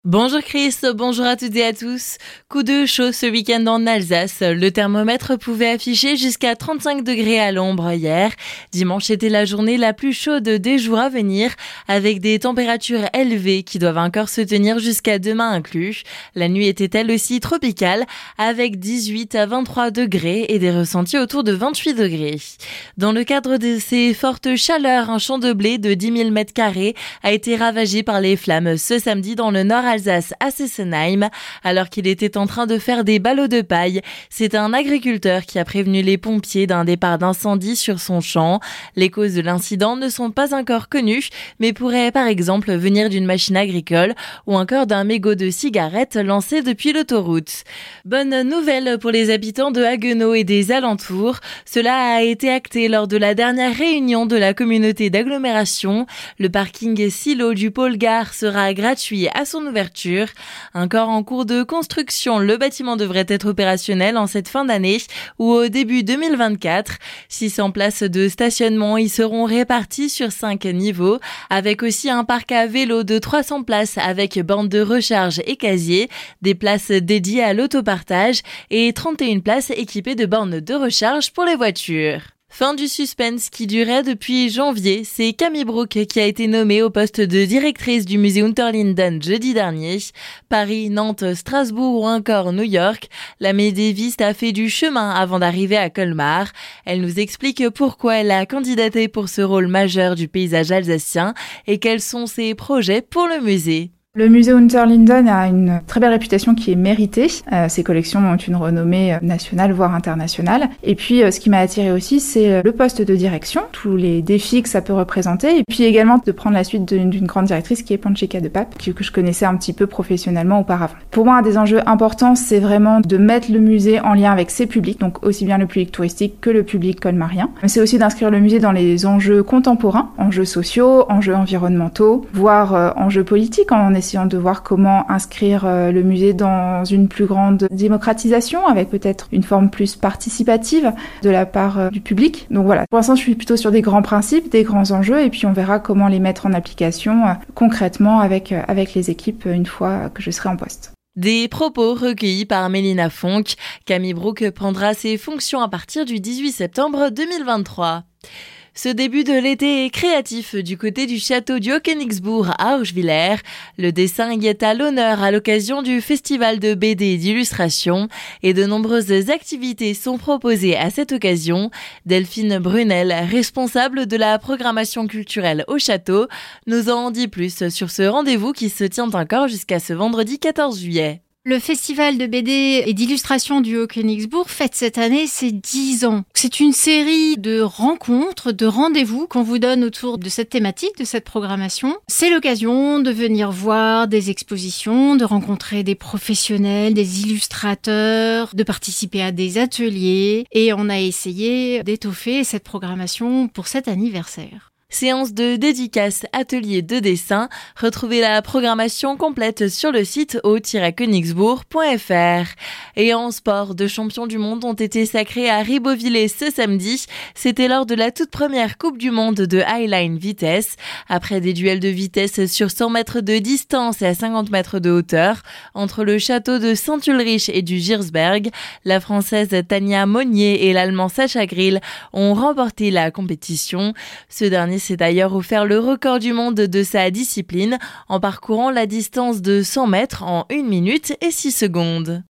Bonjour Chris, bonjour à toutes et à tous. Coup de chaud ce week-end en Alsace. Le thermomètre pouvait afficher jusqu'à 35 degrés à l'ombre hier. Dimanche était la journée la plus chaude des jours à venir, avec des températures élevées qui doivent encore se tenir jusqu'à demain inclus. La nuit était elle aussi tropicale, avec 18 à 23 degrés et des ressentis autour de 28 degrés. Dans le cadre de ces fortes chaleurs, un champ de blé de 10 000 m² a été ravagé par les flammes ce samedi dans le nord Alsace à Sesenheim, alors qu'il était en train de faire des ballots de paille. C'est un agriculteur qui a prévenu les pompiers d'un départ d'incendie sur son champ. Les causes de l'incident ne sont pas encore connues, mais pourraient par exemple venir d'une machine agricole ou encore d'un mégot de cigarette lancé depuis l'autoroute. Bonne nouvelle pour les habitants de Haguenau et des alentours. Cela a été acté lors de la dernière réunion de la communauté d'agglomération. Le parking silo du pôle gare sera gratuit à son ouverture. Encore en cours de construction, le bâtiment devrait être opérationnel en cette fin d'année ou au début 2024. 600 places de stationnement y seront réparties sur 5 niveaux, avec aussi un parc à vélo de 300 places avec borne de recharge et casier, des places dédiées à l'autopartage et 31 places équipées de bornes de recharge pour les voitures. Fin du suspense qui durait depuis janvier, c'est Camille Brooke qui a été nommée au poste de directrice du musée Unterlinden jeudi dernier. Paris, Nantes, Strasbourg ou encore New York, la médiéviste a fait du chemin avant d'arriver à Colmar. Elle nous explique pourquoi elle a candidaté pour ce rôle majeur du paysage alsacien et quels sont ses projets pour le musée. Le musée Unterlinden a une très belle réputation qui est méritée. Ses collections ont une renommée nationale, voire internationale. Et puis, ce qui m'a attirée aussi, c'est le poste de direction, tous les défis que ça peut représenter. Et puis également de prendre la suite d'une grande directrice qui est Panchika de Pape, que je connaissais un petit peu professionnellement auparavant. Pour moi, un des enjeux importants, c'est vraiment de mettre le musée en lien avec ses publics, donc aussi bien le public touristique que le public colmarien. Mais c'est aussi d'inscrire le musée dans les enjeux contemporains, enjeux sociaux, enjeux environnementaux, voire enjeux politiques, en essayant de voir comment inscrire le musée dans une plus grande démocratisation, avec peut-être une forme plus participative de la part du public. Donc voilà, pour l'instant je suis plutôt sur des grands principes, des grands enjeux, et puis on verra comment les mettre en application concrètement avec les équipes une fois que je serai en poste. Des propos recueillis par Mélina Fonck. Camille Brooke prendra ses fonctions à partir du 18 septembre 2023. Ce début de l'été est créatif du côté du château du Haut-Königsbourg à Auchwiller. Le dessin y est à l'honneur à l'occasion du festival de BD et d'illustration et de nombreuses activités sont proposées à cette occasion. Delphine Brunel, responsable de la programmation culturelle au château, nous en dit plus sur ce rendez-vous qui se tient encore jusqu'à ce vendredi 14 juillet. Le festival de BD et d'illustration du Haut-Königsbourg fête cette année ses 10 ans. C'est une série de rencontres, de rendez-vous qu'on vous donne autour de cette thématique, de cette programmation. C'est l'occasion de venir voir des expositions, de rencontrer des professionnels, des illustrateurs, de participer à des ateliers. Et on a essayé d'étoffer cette programmation pour cet anniversaire. Séance de dédicace, atelier de dessin. Retrouvez la programmation complète sur le site haut-königsbourg.fr. Et en sport, 2 champions du monde ont été sacrés à Ribeauvillé ce samedi. C'était lors de la toute première Coupe du Monde de Highline Vitesse. Après des duels de vitesse sur 100 mètres de distance et à 50 mètres de hauteur, entre le château de Saint-Ulrich et du Giersberg, la Française Tania Monnier et l'Allemand Sacha Grill ont remporté la compétition. Ce dernier s'est d'ailleurs offert le record du monde de sa discipline en parcourant la distance de 100 mètres en 1 minute et 6 secondes.